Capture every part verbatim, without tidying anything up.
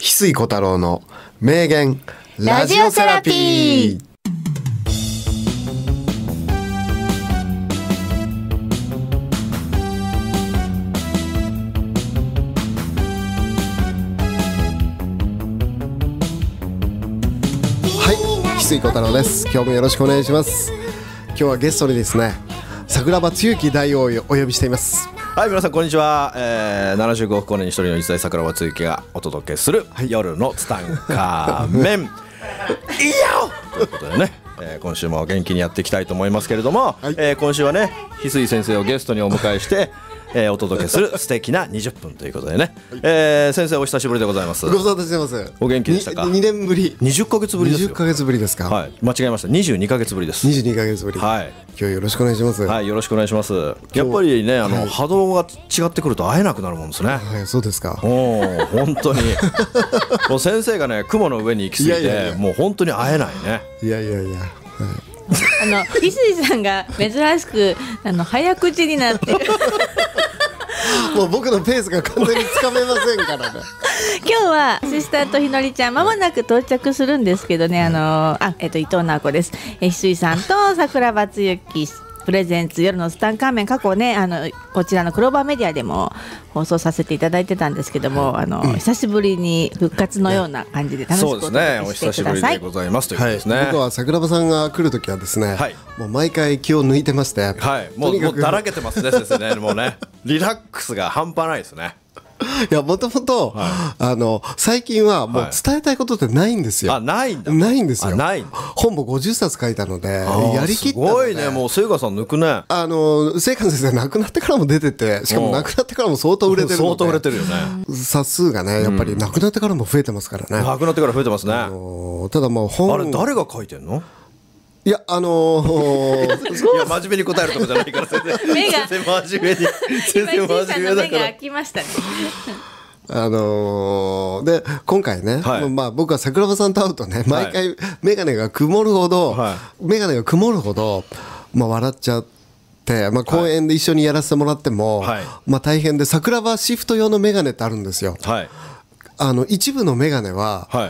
翡翠小太郎の名言ラジオセラピー。はい、翡翠小太郎です。今日もよろしくお願いします。今日はゲストにですね、桜庭つゆき大王をお呼びしています。 はい、皆さんこんにちは、えー、ななじゅうごおく光年に一人の一代桜庭つゆきがお届けする、はい、夜のツタンカーメンいいよということでね、えー、今週も元気にやっていきたいと思いますけれども、はい、えー、今週はね翡翠先生をゲストにお迎えしてえー、お届けする素敵なにじゅっぷんということでね、はい、えー、先生お久しぶりでございます。 ご無沙汰してます。 お元気でしたか？ にねんぶり。 にじゅっかげつぶりですよ。 にじゅっかげつぶりですか？ はい、間違えました。にじゅうにかげつぶりです。 にじゅうにかげつぶり。 はい、 今日よろしくお願いします。 はい、よろしくお願いします。やっぱりね、あの、はい、波動が違ってくると会えなくなるもんですね。はい、 そうですか。 おー、本当にもう先生がね雲の上に行き過ぎて、いやいやいや、もう本当に会えないね。 いやいやいや、はい、 あの翡翠さんが珍しくあの早口になってもう僕のペースが完全につかめませんからね今日はアシスタントひのりちゃんまもなく到着するんですけどね、あのあ、えっと、伊藤直子です。え翡翠さんと桜庭つゆきプレゼンツ夜のツタンカーメン、過去ねあのこちらのクローバーメディアでも放送させていただいてたんですけども、はい、あの、うん、久しぶりに復活のような感じで楽しくお届けしてください。 そうですね、お久しぶりでございますということですね。はい、 僕は桜庭さんが来るときはですね、はい、もう毎回気を抜いてまして、はい、 もう、もうだらけてますね先生ね。もうねリラックスが半端ないですね。 いや、もともとあの最近はもう伝えたいことってないんですよ。 はい、あ、ないんだ。 ないんですよ。 ないんだ。 本もごじゅっさつ書いたのでやりきったので。 すごいね、もう聖華さん抜くね。 あの聖華先生亡くなってからも出てて、しかも亡くなってからも相当売れてるので、 相当売れてるよね。 冊数がねやっぱり亡くなってからも増えてますからね。 亡くなってから増えてますね。 あのただもう本、 あれ誰が書いてんの？ いや、あのー、いや真面目に答えるとこじゃないから先生目が先生真面目に先生真面目だから目が開きましたねあのー、で今回ね、はい、まあ、僕は桜庭さんと会うとね毎回眼鏡が曇るほど、はい、眼鏡が曇るほど、まあ、笑っちゃって、まあ、公演で一緒にやらせてもらっても、はい、まあ、大変で、桜庭シフト用の眼鏡ってあるんですよ。はい、あの一部の眼鏡は、はい、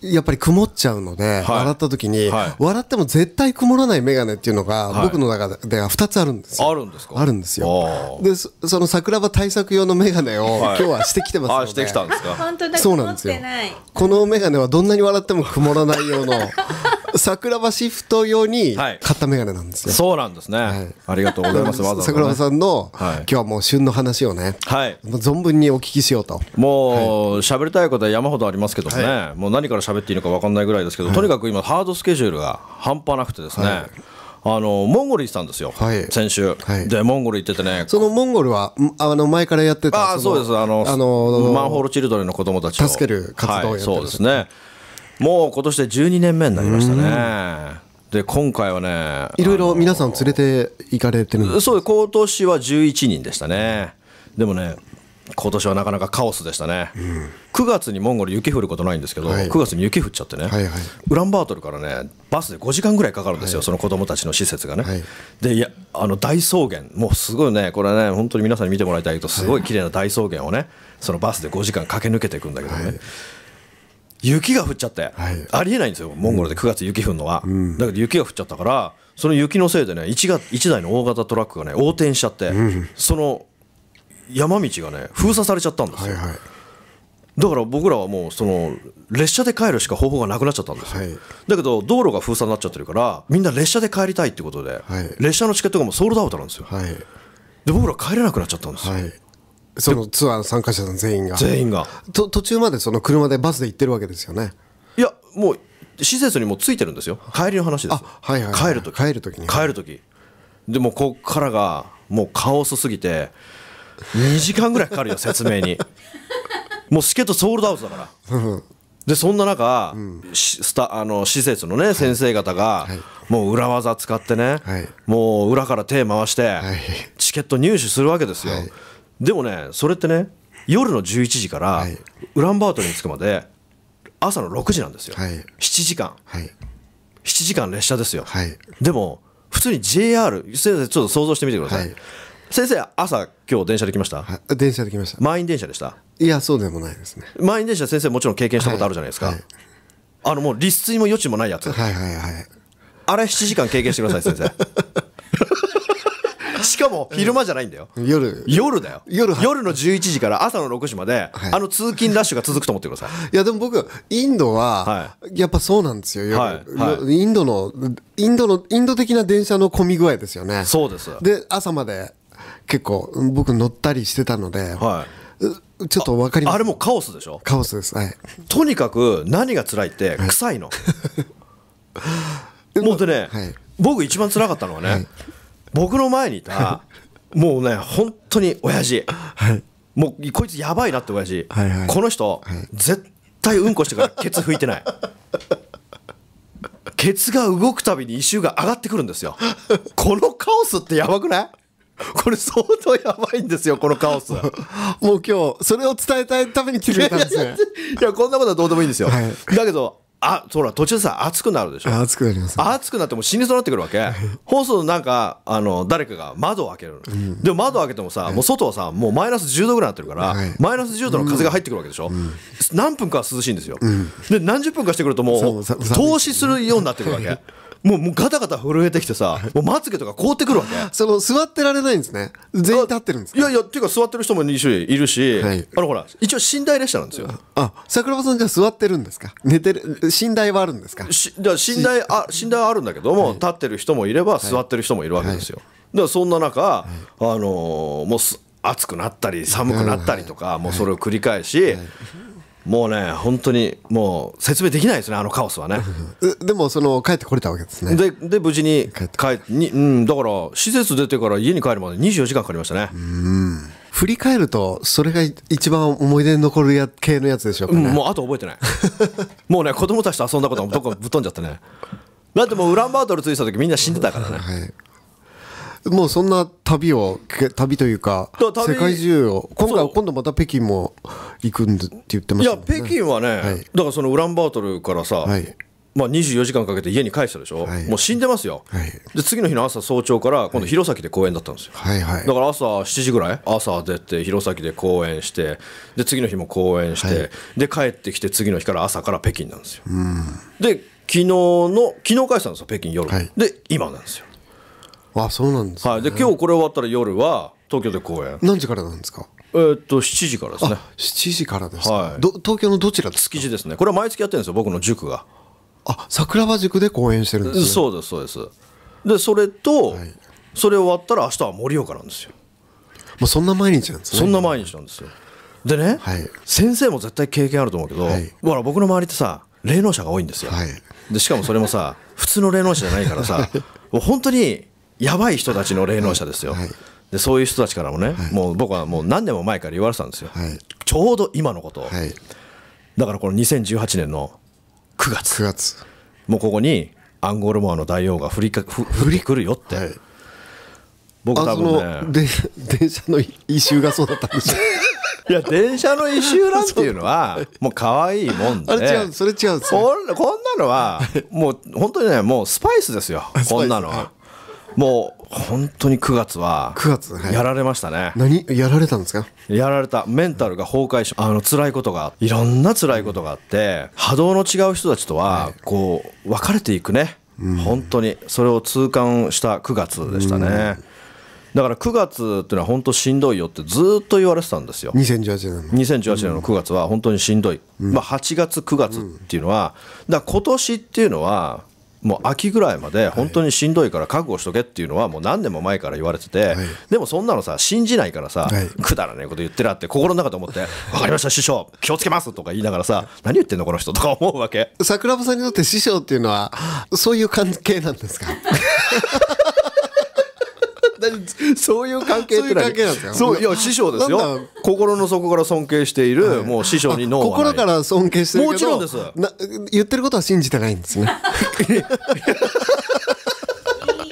やっぱり曇っちゃうので、はい、笑った時に、はい、笑っても絶対曇らない眼鏡っていうのが、はい、僕の中ではふたつあるんですよ。 あるんですか？ あるんですよ。で そ, その桜庭対策用の眼鏡を、はい、今日はしてきてますので。 あ、してきたんですか？ 本当だ、 そうなんですよ。この眼鏡はどんなに笑っても曇らない用の桜庭シフト用に買った眼鏡なんですよ。 そうなんですね、はい、ありがとうございます。わざわざね、 桜庭さんの、はい、今日はもう旬の話をね、はい、存分にお聞きしようと。 もう喋、はい、りたいことは山ほどありますけどもね、はい、もう何から喋っていいのか分かんないぐらいですけど、はい、とにかく今ハードスケジュールが半端なくてですね、はい、あのモンゴル行ってたんですよ、はい、先週、はい、でモンゴル行っててね、 そのモンゴルはあの前からやってた、 あ、そうです、あの、あのマンホールチルドレンの子供たちを助ける活動をやってる、はい、 そうですね。もう今年でじゅうにねんめになりましたね。で今回はね、 いろいろ皆さん連れて行かれてるんですか？ そう、今年はじゅういちにんでしたね。でもね今年はなかなかカオスでしたね、うん、くがつにモンゴル雪降ることないんですけど、はい、くがつに雪降っちゃってね、はいはい、ウランバートルからねバスでごじかんぐらいかかるんですよ、はい、その子どもたちの施設がね、はい、でいやあの大草原、もうすごいね、これはね本当に皆さんに見てもらいたいけど、すごい綺麗な大草原をねそのバスでごじかん駆け抜けていくんだけどね、はい、雪が降っちゃって、はい、ありえないんですよモンゴルでくがつ雪降るのは、うん、だけど雪が降っちゃったから、その雪のせいでね 1, がいちだいの大型トラックがね横転しちゃって、うん、その山道がね封鎖されちゃったんですよ、はいはい、だから僕らはもうその列車で帰るしか方法がなくなっちゃったんですよ、はい、だけど道路が封鎖になっちゃってるからみんな列車で帰りたいってことで、はい、列車のチケットがもうソールドアウトなんですよ、はい、で僕ら帰れなくなっちゃったんですよ、はい、 そのツアーの参加者さん全員が全員がと途中までその車でバスで行ってるわけですよね。 いやもう施設にもついてるんですよ、帰りの話ですよ、 あ、はいはいはい、 帰るとき帰るときに帰るときでもこっからがもうカオスすぎてにじかんぐらいかかるよ説明にもうチケットソールドアウトだからでそんな中、うん、スタあの施設のね、はい、先生方が、はい、もう裏技使ってね、はい、もう裏から手回して、はい、チケット入手するわけですよ、はい、でもねそれってね夜のじゅういちじから、はい、ウランバートルに着くまで朝のろくじなんですよ、はい、しちじかん、はい、ななじかん列車ですよ、はい、でも普通に ジェイアール ちょっと想像してみてください、はい、 先生朝今日電車で来ました？ はい、電車で来ました。 満員電車でした？ いやそうでもないですね。 満員電車先生もちろん経験したことあるじゃないですか、はいはい、あのもう立水も余地もないやつ、 はいはいはい、 あれしちじかん経験してください先生しかも昼間じゃないんだよ、 夜夜だよ、 夜, 夜のじゅういちじから朝のろくじまで、はい、あの通勤ラッシュが続くと思ってください。 いやでも僕インドはやっぱそうなんですよ、夜、はいはい、インドのインドのインド的な電車の混み具合ですよね。 そうです。 で朝まで結構僕乗ったりしてたので、はい、ちょっと分かります。 あ, あれもうカオスでしょ。 カオスです、はい、 とにかく何が辛いって臭いの、はい、もうでね、はい、僕一番辛かったのはね、はい、僕の前にいたもうね本当に親父、はい、もうこいつやばいなって親父、はいはい、この人、はい、絶対うんこしてからケツ拭いてないケツが動くたびに異臭が上がってくるんですよ。このカオスってやばくない？これ相当やばいんですよこのカオス。もう今日それを伝えたいために来てくれたんですね。いやいやいやこんなことはどうでもいいんですよ、はい、だけどあそうだ途中さ熱くなるでしょ。 熱くなります、ね、 熱くなっても死にそうになってくるわけ。放送なんかあの誰かが窓を開ける、うん、でも窓を開けてもさ、はい、もう外はさもうマイナスじゅうどぐらいになってるから、はい、マイナスじゅうどの風が入ってくるわけでしょ、うん、何分かは涼しいんですよ、うん、で何十分かしてくるともう投資するようになってくるわけ。もう、もうガタガタ震えてきてさ、もうまつげとか凍ってくるわけ。 その座ってられないんですね。全員立ってるんですか？ いやいやっていうか座ってる人もいるし、はい、あのほら一応寝台列車なんですよ。 あ、桜庭さんじゃあ座ってるんですか？寝てる寝台はあるんですか？ しじゃあ寝台あ寝台はあるんだけども、はい、立ってる人もいれば座ってる人もいるわけですよ。はい、だからそんな中、はい、あのー、もうす暑くなったり寒くなったりとか、はい、もうそれを繰り返し。はいはい、もうね本当にもう説明できないですねあのカオスはね。 でもその帰ってこれたわけですね。 でで無事に帰ってに、うん、だから施設出てから家に帰るまでにじゅうよじかんかかりましたね。 うん、振り返るとそれが一番思い出に残るや系のやつでしょうかね。 うん、もうあと覚えてないもうね子供たちと遊んだこともどこかぶっ飛んじゃってね。だってもうウランバートル着いた時みんな死んでたからね、はい、 もうそんな旅を旅というか世界中を今回今度また北京も行くんって言ってましたもんね。 いや北京はね、はい、だからそのウランバートルからさ、はい、まあ、にじゅうよじかんかけて家に帰したでしょ、はい、もう死んでますよ、はい、で次の日の朝早朝から今度弘前で公演だったんですよ、はいはい、だから朝しちじぐらい朝出て弘前で公演してで次の日も公演して、はい、で帰ってきて次の日から朝から北京なんですよ。うんで昨日の昨日帰したんですよ北京夜、はい、で今なんですよ。 あ、そうなんですね、 はい、で今日これ終わったら夜は東京で公演。 何時からなんですか？ えー、っとしちじからですね。 しちじからですか、 はい、 ど東京のどちらですか？ 築地ですね。これは毎月やってるんですよ僕の塾が。 あ、桜庭塾で公演してるんですね。 そうですそうです。でそれと、はい、それ終わったら明日は盛岡なんですよ。 もうそんな毎日なんですね。 そんな毎日なんですよ。でね、はい、先生も絶対経験あると思うけど、はい、ほら僕の周りってさ霊能者が多いんですよ、はい、でしかもそれもさ普通の霊能者じゃないからさもう本当にやばい人たちの霊能者ですよ、はい、でそういう人たちからもね、はい、もう僕はもう何年も前から言われてたんですよ、はい、ちょうど今のことを、はい、だからこのにせんじゅうはちねんのくがつ、 くがつもうここにアンゴールモアの大王が降りか降りくるよって、はい、僕多分ねで電車の異臭がそうだったんですよいや電車の異臭なんていうのはもう可愛いもんで、 あれ違うそれ違うんですよ。 こんこんなのはもう本当にねもうスパイスですよこんなのは。もう本当にくがつはくがつ、はい、 やられましたね。 何やられたんですか？ やられた。メンタルが崩壊しあの辛いことがいろんな辛いことがあって波動の違う人たちとはこう分かれていくね、うん、本当にそれを痛感したくがつでしたね、うん、だからくがつっていうのは本当しんどいよってずっと言われてたんですよ。 にせんじゅうはちねんのにせんじゅうはちねんのくがつは本当にしんどい、うんまあ、はちがつくがつっていうのはだから今年っていうのはもう秋ぐらいまで本当にしんどいから覚悟しとけっていうのはもう何年も前から言われてて、はい、でもそんなのさ信じないからさ、はい、くだらないこと言ってらって心の中で思って分かりました師匠気をつけますとか言いながらさ何言ってんのこの人とか思うわけ。 桜庭さんにとって師匠っていうのはそういう関係なんですか？ そういう関係って何？ そういう関係なんですか？ そういや師匠ですよ。心の底から尊敬している、はい、もう師匠に脳はない。 心から尊敬してるけどもちろんですな言ってることは信じてないんですね。 い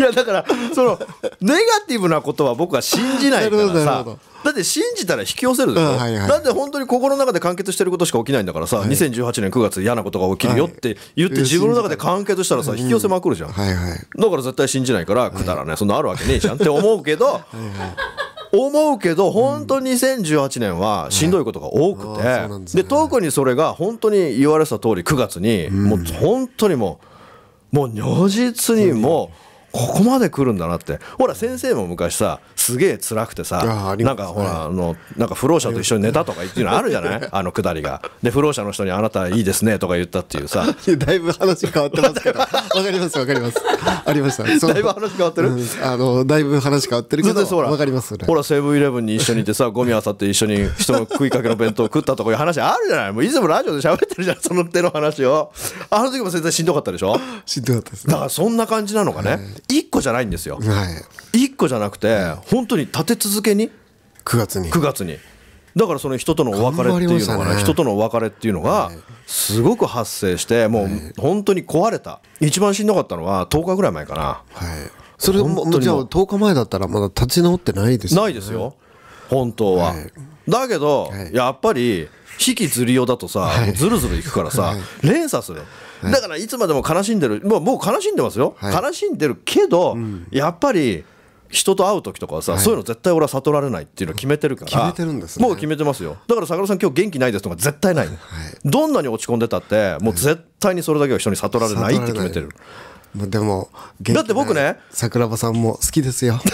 やだからそのネガティブなことは僕は信じないからさだって信じたら引き寄せるでしょ、うんはいはい、だって本当に心の中で完結してることしか起きないんだからさ、はい、にせんじゅうはちねんくがつ嫌なことが起きるよって言って自分の中で完結したらさ引き寄せまくるじゃん、うんはいはい、だから絶対信じないからくだらねそんなあるわけねえじゃんって思うけどはいはい思うけど本当ににせんじゅうはちねんはしんどいことが多くて、はい、で特にそれが本当に言われてた通りくがつにもう本当にもうもう如実にもうここまで来るんだなってほら先生も昔さすげえ辛くてさなんかほらあのなんか不老者と一緒に寝たとかっていうのあるじゃないあのくだりがで不老者の人にあなたいいですねとか言ったっていうさだいぶ話変わってますけどわかりますわかりますありましただいぶ話変わってる、 うん、あのだいぶ話変わってるけどわかります、ね、 ほらセブンイレブンに一緒にいてさゴミ漁って一緒に人の食いかけの弁当を食ったとかいう話あるじゃないもういつもラジオで喋ってるじゃんその手の話をあの時も先生しんどかったでしょしんどかったですねだからそんな感じなのがねいっこじゃないんですよはい、いっこじゃなくて、はい、本当に立て続けにくがつにくがつにだからその人とのお別れっていうのがね、ね人とのお別れっていうのがすごく発生してもう本当に壊れた一番しんどかったのはとおかぐらい前かな、はい、 それもじゃあとおかまえだったらまだ立ち直ってないですよねないですよ本当は、はい、だけど、はい、やっぱり引きずりようだとさ、はい、ずるずるいくからさ、はい、連鎖するだからいつまでも悲しんでるもうもう悲しんでますよ、はい、悲しんでるけど、うん、やっぱり人と会う時とかはさ、はい、そういうの絶対俺は悟られないっていうのを決めてるから決めてるんですねもう決めてますよだから桜さん今日元気ないですとか絶対ない、はい、どんなに落ち込んでたってもう絶対にそれだけは人に悟られないって決めてるでもだって僕ね桜庭さんも好きですよ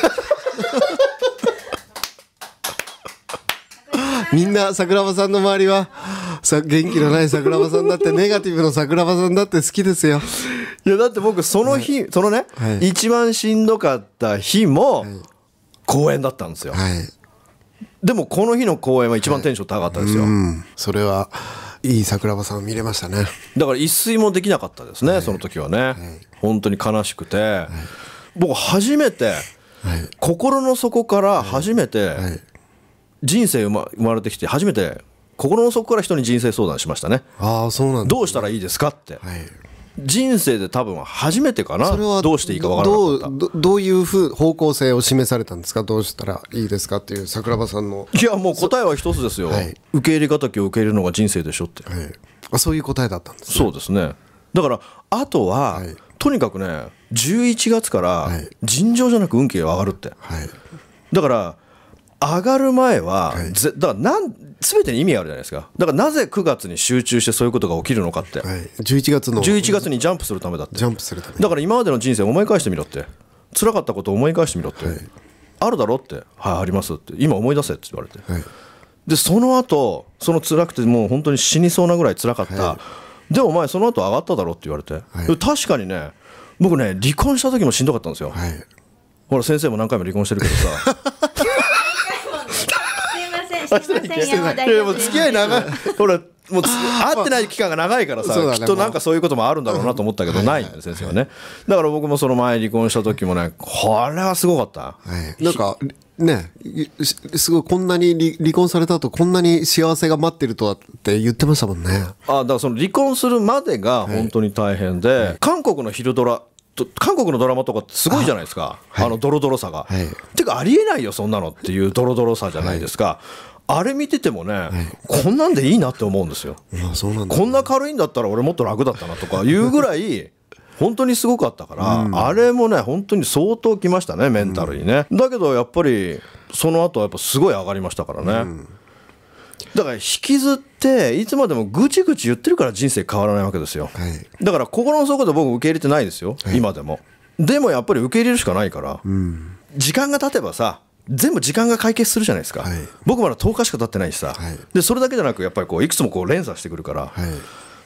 みんな桜庭さんの周りはさ元気のない桜庭さんだってネガティブの桜庭さんだって好きですよいやだって僕その日、はい、そのね、はい、一番しんどかった日も公演だったんですよ、はい、でもこの日の公演は一番テンション高かったですよ、はい、うんそれはいい桜庭さんを見れましたねだから一睡もできなかったですね、はい、その時はね、はい、本当に悲しくて、はい、僕初めて、はい、心の底から初めて、はいはい人生生 ま, 生まれてきて初めて心の底から人に人生相談しましたねああそうなんですねどうしたらいいですかって、はい、人生で多分初めてかなそれはどうしていいか分からなかったど, ど, どういうふう方向性を示されたんですかどうしたらいいですかっていう桜庭さんのいやもう答えは一つですよ、はい、受け入れがたきを受け入れるのが人生でしょって、 はい、あそういう答えだったんですねそうですねだからあとは、はい、とにかくねじゅういちがつから尋常じゃなく運気が上がるって、はい、だから上がる前は、はい、ぜだからなん全てに意味があるじゃないですかだからなぜくがつに集中してそういうことが起きるのかって、はい、 じゅういちがつのじゅういちがつにジャンプするためだってジャンプするためだから今までの人生を思い返してみろって辛かったことを思い返してみろって、はい、あるだろってはいありますって今思い出せって言われて、はい、でその後その辛くてもう本当に死にそうなぐらい辛かった、はい、でもお前その後上がっただろって言われて、はい、確かにね僕ね離婚した時もしんどかったんですよ、はい、ほら先生も何回も離婚してるけどさすいませんいやもう付き合い長いほらもう会ってない期間が長いからさ、まあ、きっとなんかそういうこともあるんだろうなと思ったけどないんで先生はねだから僕もその前離婚した時もねこれはすごかった、 はい、なんかねすごいこんなに 離, 離婚された後こんなに幸せが待ってるとはって言ってましたもんねあだからその離婚するまでが本当に大変で、はい、韓国の昼ドラ韓国のドラマとかってすごいじゃないですか あ,、はい、あのドロドロさが、はい、てかありえないよそんなのっていうドロドロさじゃないですか、はい、あれ見ててもね、はい、こんなんでいいなって思うんですよ、 まあそうなんだね、 こんな軽いんだったら俺もっと楽だったなとかいうぐらい本当にすごかったから、うん、あれもね本当に相当きましたねメンタルにね、うん、だけどやっぱりその後はやっぱすごい上がりましたからね、うん、だから引きずっていつまでもぐちぐち言ってるから人生変わらないわけですよ、はい、だから心の底で僕受け入れてないですよ、はい、今でもでもやっぱり受け入れるしかないから、うん、時間が経てばさ全部時間が解決するじゃないですか、はい、僕まだとおかしか経ってないしさ、はい、でそれだけじゃなくやっぱりこういくつもこう連鎖してくるから、はい、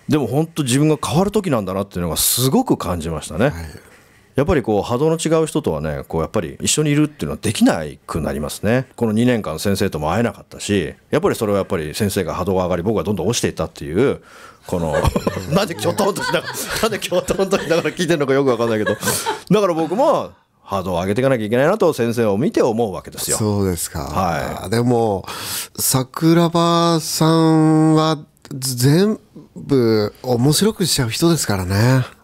でも本当自分が変わる時なんだなっていうのがすごく感じましたね、はい、やっぱりこう波動の違う人とはねこうやっぱり一緒にいるっていうのはできなくなりますね。このにねんかん先生とも会えなかったしやっぱりそれはやっぱり先生が波動が上がり僕がどんどん落ちていったっていうこのなんできょとんとしながらなんできょとんとしながら聞いてるのかよく分かんないけどだから僕も波動を上げていかなきゃいけないなと先生を見て思うわけですよ。 そうですか、 はい、 でも桜庭さんは全部面白くしちゃう人ですからね。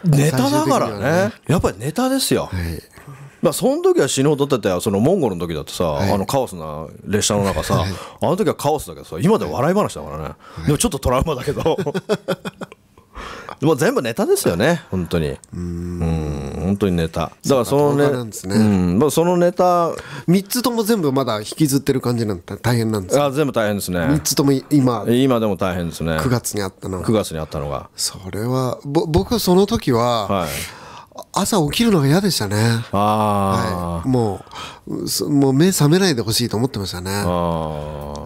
ネタだからね、やっぱりネタですよ。はいまあ、その時は死ぬほどだって、そのモンゴルの時だってさ、はい、あのカオスな列車の中さ、はい、あの時はカオスだけどさ、今では笑い話だからね、はい、でもちょっとトラウマだけどもう全部ネタですよね、本当に。うーん、うん本当にネタ。だからそのね、うんまあ、そのネタみっつとも全部まだ引きずってる感じなんだ。大変なんですか。 あ全部大変ですね。 みっつとも今今でも大変ですね。 くがつにあったのがくがつにあったのがそれはぼ僕その時は、はい朝起きるのが嫌でしたね。あ、はい、もうもう目覚めないでほしいと思ってましたね。あ、 はい、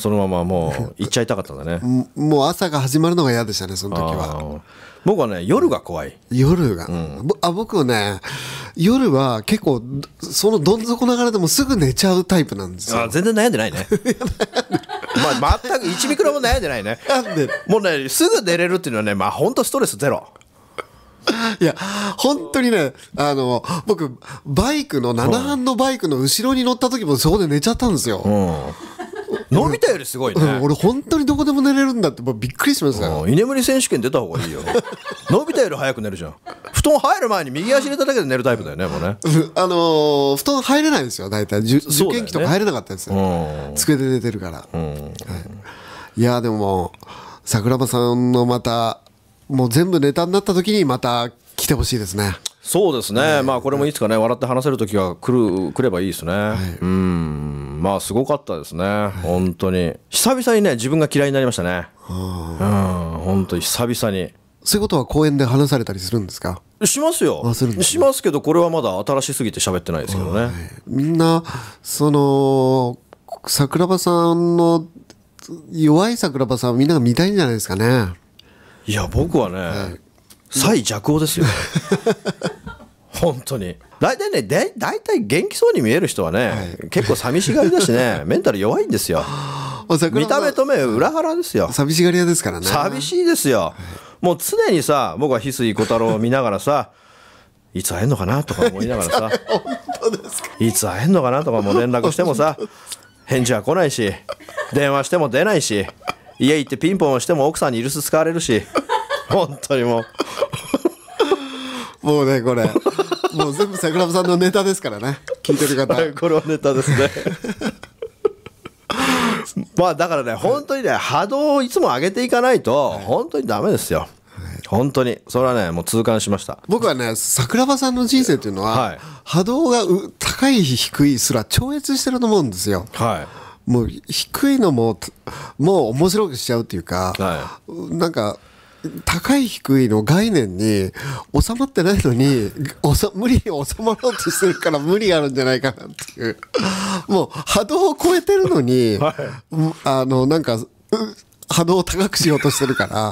そのままもう行っちゃいたかったんだねもう朝が始まるのが嫌でしたね、その時は。 僕はね夜が怖い。 夜が、うん、あ僕はね夜は結構そのどん底流れでもすぐ寝ちゃうタイプなんですよ。 あ全然悩んでないねまあ全くいちミクロも悩んでないねもうねすぐ寝れるっていうのはね、まあ本当ストレスゼロ。 いや本当にね、あの僕バイクのななはんのバイクの後ろに乗った時もそこで寝ちゃったんですよ、 うん、のび太よりすごいね、 うん、俺本当にどこでも寝れるんだってもうびっくりしましたよ、 うん、居眠り選手権出た方がいいよのび太より早く寝るじゃん。布団入る前に右足入れただけで寝るタイプだよねもうねあのー、布団入れないですよ大体、受験期とか入れなかったですよ、ね、机で寝てるから、うんはい、いやでも桜庭さんのまたもう全部ネタになった時にまた来てほしいですね。 そうですね、はい、まあこれもいつかね笑って話せる時が来る来ればいいですね、はい、うんまあすごかったですね、はい、本当に久々にね自分が嫌いになりましたね。うん本当に久々に。 そういうことは公演で話されたりするんですか。 しますよ。するんですね。しますけどこれはまだ新しすぎて喋ってないですけどね、はい、 みんなその桜庭さんの弱い桜庭さんをみんなが見たいんじゃないですかね。 いや僕はね、はい、最弱王ですよ本当に。大体ねで大体元気そうに見える人はね、はい、結構寂しがりだしねメンタル弱いんですよ見た目と目裏腹ですよ。 寂しがり屋ですからね。 寂しいですよ、はい、もう常にさ僕は翡翠小太郎を見ながらさいつ会えんのかなとか思いながらさ本当ですか。 いつ会えんのかなとかも連絡してもさ返事は来ないし電話しても出ないし家行ってピンポンをしても奥さんに留守使われるし本当にもうもうねこれもう全部桜庭さんのネタですからね聞いてる方これはネタですねまあだからね本当にね波動をいつも上げていかないと本当にダメですよ、はい、本当にそれはねもう痛感しました。 僕はね桜庭さんの人生っていうのは、はい、波動が高い低いすら超越してると思うんですよ、はい、もう低いのももう面白くしちゃうっていうか、はい、なんか高い低いの概念に収まってないのに無理に収まろうとしてるから無理があるんじゃないかなっていうもう波動を超えてるのに、はい、あのなんか波動を高くしようとしてるから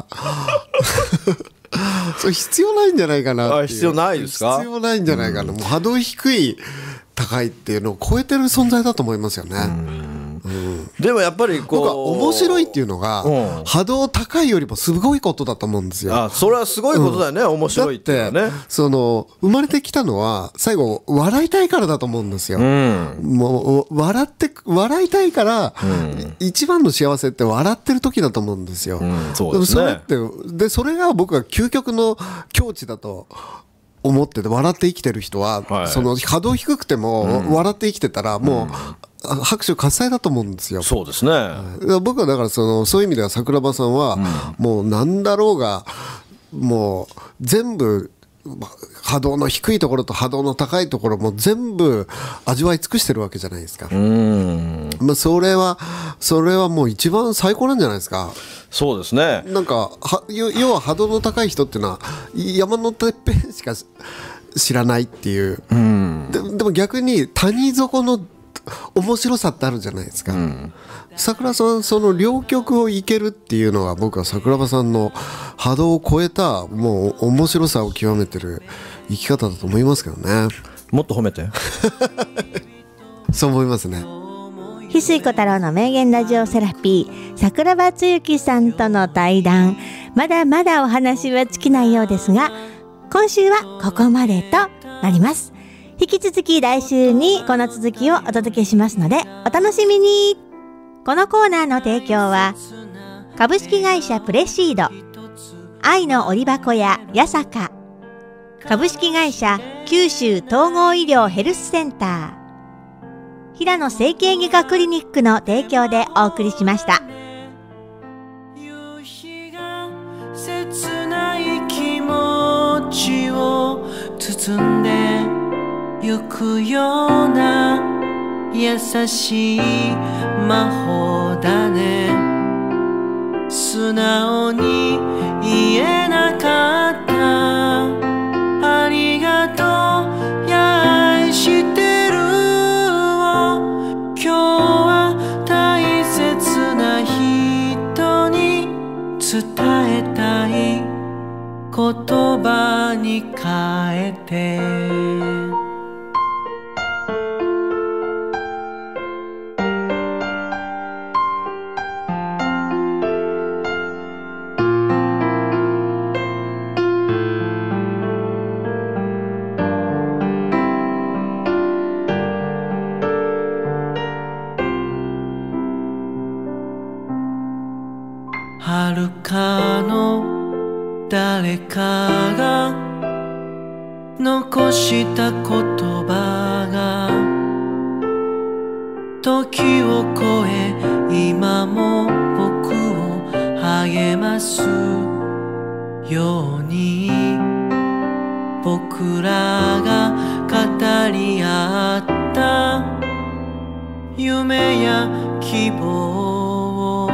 それ必要ないんじゃないかなっていう。 あ必要ないですか。 必要ないんじゃないかな、うん、もう波動低い高いっていうのを超えてる存在だと思いますよね。うんうん、でもやっぱりこう僕は面白いっていうのが、うん、波動高いよりもすごいことだと思うんですよ。 あそれはすごいことだよね、うん、面白いっていうのはね。 だってその生まれてきたのは最後笑いたいからだと思うんですよ、うん、もう笑って笑いたいから、うん、一番の幸せって笑ってる時だと思うんですよ、うん、そうですね。それってでそれが僕は究極の境地だと思ってて、笑って生きてる人は、はい、その波動低くても笑って生きてたらもう、うん、拍手喝采だと思うんですよ。 そうですね。 僕はだからそのそういう意味では桜庭さんは、うん、もう何だろうがもう全部波動の低いところと波動の高いところも全部味わい尽くしてるわけじゃないですか。うん、まあ、それはそれはもう一番最高なんじゃないですか。 そうですね。 なんかは要は波動の高い人っていうのは山のてっぺんしか知らないっていう、うん、で, でも逆に谷底の面白さってあるじゃないですか、うん、桜さんその両極をいけるっていうのは僕は桜庭さんの波動を超えたもう面白さを極めてる生き方だと思いますけどね。 もっと褒めてそう思いますね。 翡翠小太郎の名言ラジオセラピー、桜庭つゆきさんとの対談、まだまだお話は尽きないようですが、今週はここまでとなります。引き続き来週にこの続きをお届けしますのでお楽しみに。このコーナーの提供は株式会社プレシード、愛の折箱ややさか、 株式会社九州統合医療ヘルスセンター、平野整形外科クリニックの提供でお送りしました。 夕日が切ない気持ちを包んでゆくような優しい魔法だね。素直に言えなかったありがとうや愛してるを今日は大切な人に伝えたい言葉に変えて。遥かの誰かが残した言葉が時を超え今も僕を励ますように、僕らが語り合った夢や希望、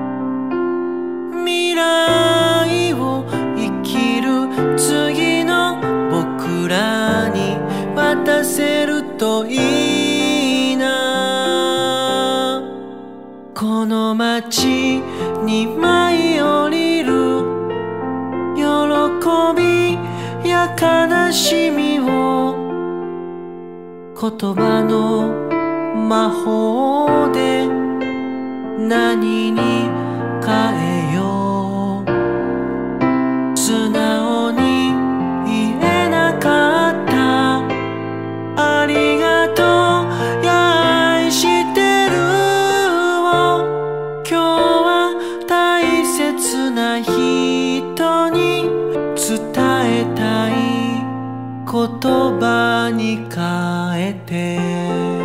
未来を生きる次の僕らに渡せるといいな。この街に舞い降りる喜びや悲しみを言葉の魔法で何に変えよう。素直に言えなかったありがとうや愛してるを今日は大切な人に伝えたい言葉に変えて。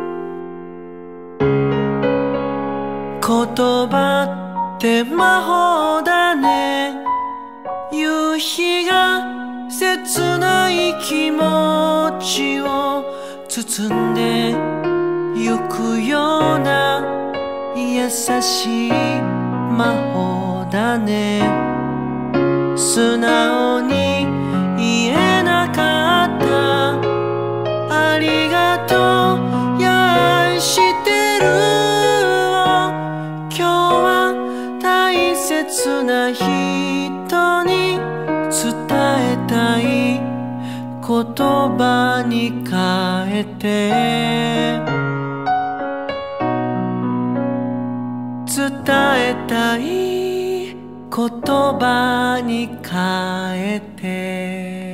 言葉って魔法だね。夕日が切ない気持ちを包んでゆくような優しい魔法だね。素直に言えなかったありがとうや愛してるを今日は大切な人に伝えたい言葉に変えて。伝えたい言葉に変えて。